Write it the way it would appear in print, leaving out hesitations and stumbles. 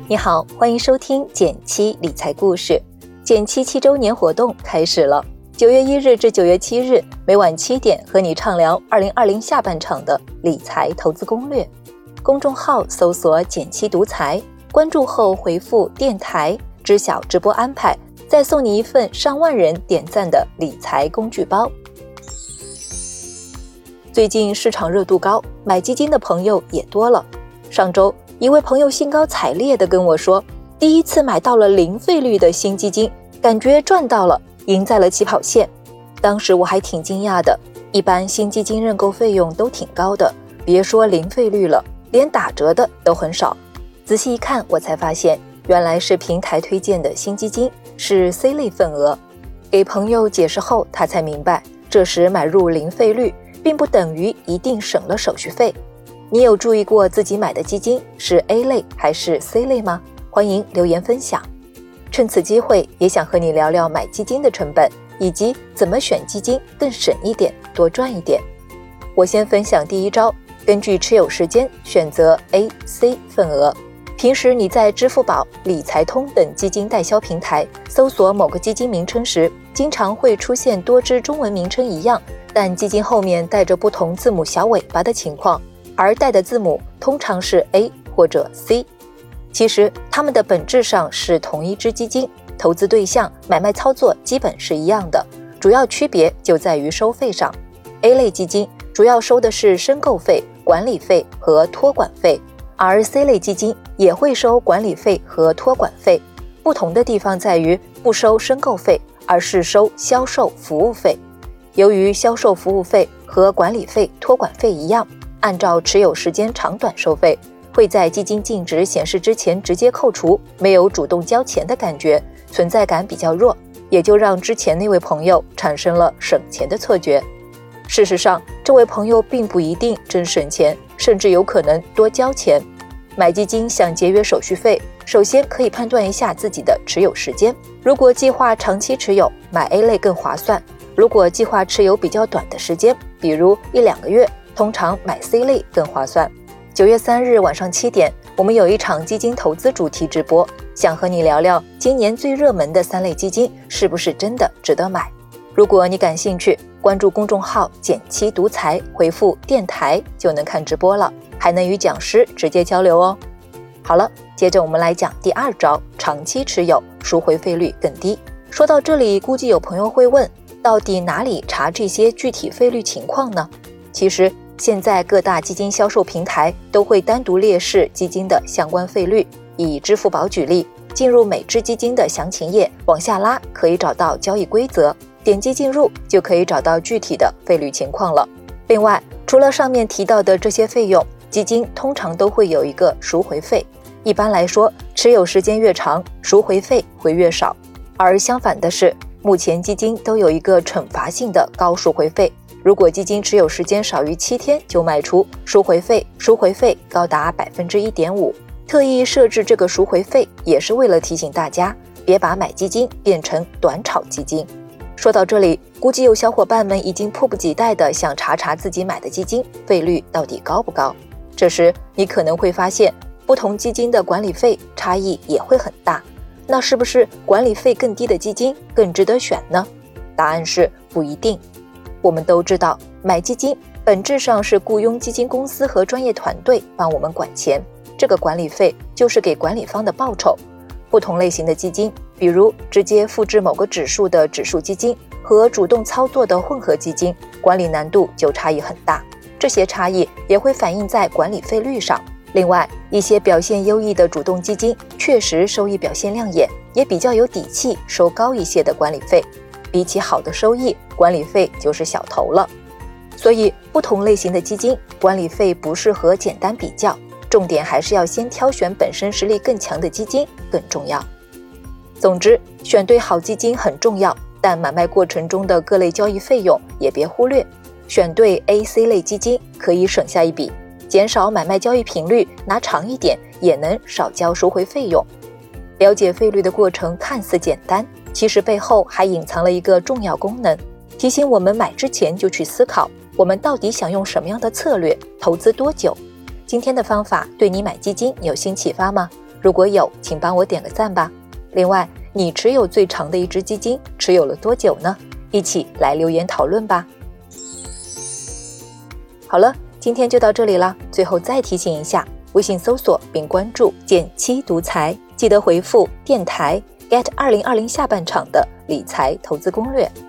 你好，欢迎收听减七理财故事。减七7周年活动开始了，9月1日至9月7日，每晚7点和你畅聊2020下半场的理财投资攻略。公众号搜索减七独裁，关注后回复电台，知晓直播安排，再送你一份上万人点赞的理财工具包。最近市场热度高，买基金的朋友也多了。上周一位朋友兴高采烈地跟我说，第一次买到了零费率的新基金，感觉赚到了，赢在了起跑线。当时我还挺惊讶的，一般新基金认购费用都挺高的，别说零费率了，连打折的都很少。仔细一看，我才发现原来是平台推荐的新基金，是 C 类份额。给朋友解释后，他才明白，这时买入零费率并不等于一定省了手续费。你有注意过自己买的基金是 A 类还是 C 类吗？欢迎留言分享。趁此机会，也想和你聊聊买基金的成本，以及怎么选基金更省一点，多赚一点。我先分享第一招，根据持有时间选择 A、C 份额。平时你在支付宝、理财通等基金代销平台搜索某个基金名称时，经常会出现多只中文名称一样，但基金后面带着不同字母小尾巴的情况，而带的字母通常是 A 或者 C。 其实它们的本质上是同一只基金，投资对象、买卖操作基本是一样的，主要区别就在于收费上。 A 类基金主要收的是申购费、管理费和托管费，而 C 类基金也会收管理费和托管费，不同的地方在于不收申购费，而是收销售服务费。由于销售服务费和管理费、托管费一样，按照持有时间长短收费，会在基金净值显示之前直接扣除，没有主动交钱的感觉，存在感比较弱，也就让之前那位朋友产生了省钱的错觉。事实上，这位朋友并不一定真省钱，甚至有可能多交钱。买基金想节约手续费，首先可以判断一下自己的持有时间。如果计划长期持有，买 A 类更划算；如果计划持有比较短的时间，比如1-2个月，通常买 C 类更划算。9月3日晚上7点，我们有一场基金投资主题直播，想和你聊聊今年最热门的3类基金是不是真的值得买。如果你感兴趣，关注公众号减七独裁，回复电台就能看直播了，还能与讲师直接交流哦。好了，接着我们来讲第二招，长期持有，赎回费率更低。说到这里，估计有朋友会问，到底哪里查这些具体费率情况呢？其实现在各大基金销售平台都会单独列示基金的相关费率。以支付宝举例，进入每只基金的详情页，往下拉可以找到交易规则，点击进入就可以找到具体的费率情况了。另外，除了上面提到的这些费用，基金通常都会有一个赎回费。一般来说，持有时间越长，赎回费会越少。而相反的是，目前基金都有一个惩罚性的高赎回费。如果基金持有时间少于7天就卖出，赎回费高达 1.5%。 特意设置这个赎回费，也是为了提醒大家，别把买基金变成短炒基金。说到这里，估计有小伙伴们已经迫不及待地想查查自己买的基金费率到底高不高。这时你可能会发现，不同基金的管理费差异也会很大。那是不是管理费更低的基金更值得选呢？答案是不一定。我们都知道，买基金本质上是雇佣基金公司和专业团队帮我们管钱，这个管理费就是给管理方的报酬。不同类型的基金，比如直接复制某个指数的指数基金和主动操作的混合基金，管理难度就差异很大。这些差异也会反映在管理费率上。另外，一些表现优异的主动基金确实收益表现亮眼，也比较有底气收高一些的管理费。比起好的收益，管理费就是小头了。所以不同类型的基金管理费不适合简单比较，重点还是要先挑选本身实力更强的基金更重要。总之，选对好基金很重要，但买卖过程中的各类交易费用也别忽略。选对 A、C 类基金可以省下一笔，减少买卖交易频率，拿长一点也能少交赎回费用。了解费率的过程看似简单，其实背后还隐藏了一个重要功能，提醒我们买之前就去思考，我们到底想用什么样的策略，投资多久。今天的方法对你买基金有新启发吗？ 如果有，请帮我点个赞吧。另外，你持有最长的一只基金持有了多久呢？一起来留言讨论吧。好了，今天就到这里了。最后再提醒一下，微信搜索并关注减七独裁，记得回复电台 get 2020下半场的理财投资攻略。